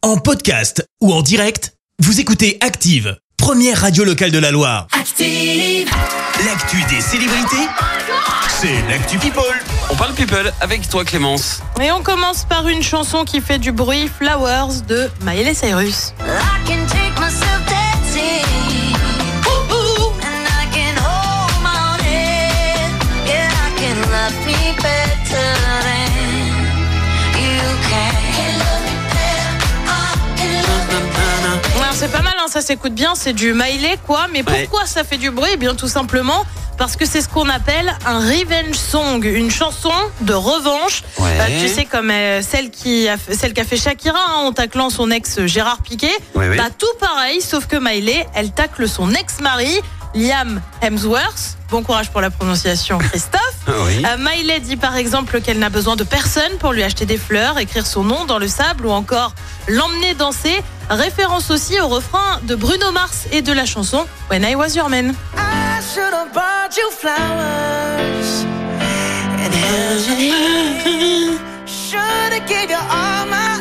En podcast ou en direct, vous écoutez Active, première radio locale de la Loire. Active. L'actu des célébrités, c'est l'actu People. On parle people avec toi Clémence. Et on commence par une chanson qui fait du bruit, Flowers de Miley Cyrus. I can take myself dancing. And I can hold my own head. Yeah, I can love me better than you can. Love me better. Alors, c'est pas mal, hein, ça s'écoute bien, c'est du Miley quoi. Mais pourquoi ça fait du bruit? Eh bien tout simplement parce que c'est ce qu'on appelle un revenge song, une chanson de revanche. Tu sais, comme celle qu'a fait Shakira, hein, en taclant son ex Gérard Piqué. Oui. Bah tout pareil, sauf que Miley, elle tacle son ex-mari Liam Hemsworth. Bon courage pour la prononciation, Christophe. Miley dit par exemple qu'elle n'a besoin de personne pour lui acheter des fleurs, écrire son nom dans le sable ou encore l'emmener danser. Référence aussi au refrain de Bruno Mars et de la chanson When I Was Your Man. I should have bought you flowers and held your hand. Should have gave you all my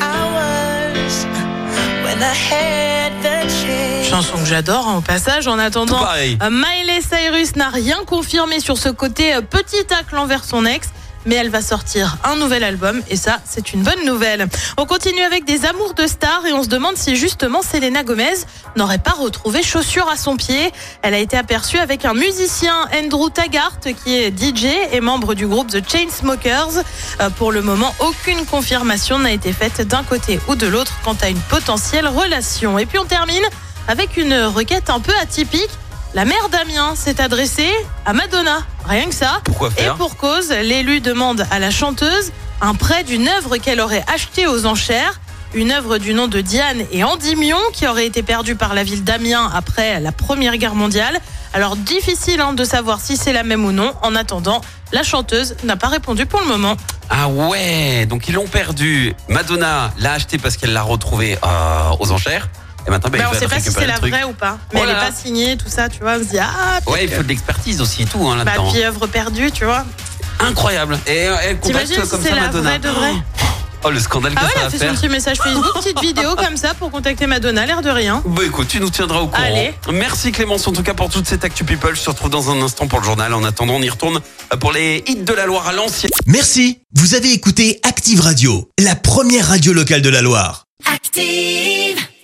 hours when I had the chance. Chanson que j'adore, hein, au passage. En attendant, Tout pareil. Miley Cyrus n'a rien confirmé sur ce côté petit tacle envers son ex, mais elle va sortir un nouvel album et ça, c'est une bonne nouvelle. On continue avec des amours de stars et on se demande si justement Selena Gomez n'aurait pas retrouvé chaussure à son pied. Elle a été aperçue avec un musicien, Andrew Taggart, qui est DJ et membre du groupe The Chainsmokers. Pour le moment, aucune confirmation n'a été faite d'un côté ou de l'autre quant à une potentielle relation. Et puis on termine avec une requête un peu atypique. La mère d'Amiens s'est adressée à Madonna, rien que ça. Pourquoi faire ? Et pour cause, l'élu demande à la chanteuse un prêt d'une œuvre qu'elle aurait achetée aux enchères. Une œuvre du nom de Diane et Endymion qui aurait été perdue par la ville d'Amiens après la Première Guerre mondiale. Alors difficile de savoir si c'est la même ou non. En attendant, la chanteuse n'a pas répondu pour le moment. Ah ouais, donc ils l'ont perdu. Madonna l'a acheté parce qu'elle l'a retrouvé aux enchères. Et maintenant, On ne sait pas si c'est la vraie ou pas. Mais elle n'est pas signée, tout ça, tu vois. On se dit, ouais, il faut de l'expertise aussi et tout là-dedans. Puis œuvre perdue, tu vois. Incroyable. Et elle contacte T'imagines si comme c'est ça la Madonna. vraie de vrai? Oh, le scandale que elle ça a va fait faire. son petit message Facebook, petite vidéo comme ça pour contacter Madonna, l'air de rien. Bah écoute, tu nous tiendras au courant. Allez. Merci Clémence en tout cas pour toute cette actu people. Je te retrouve dans un instant pour le journal. En attendant, on y retourne pour les hits de la Loire à l'ancienne. Merci, vous avez écouté Active Radio, la première radio locale de la Loire. Active.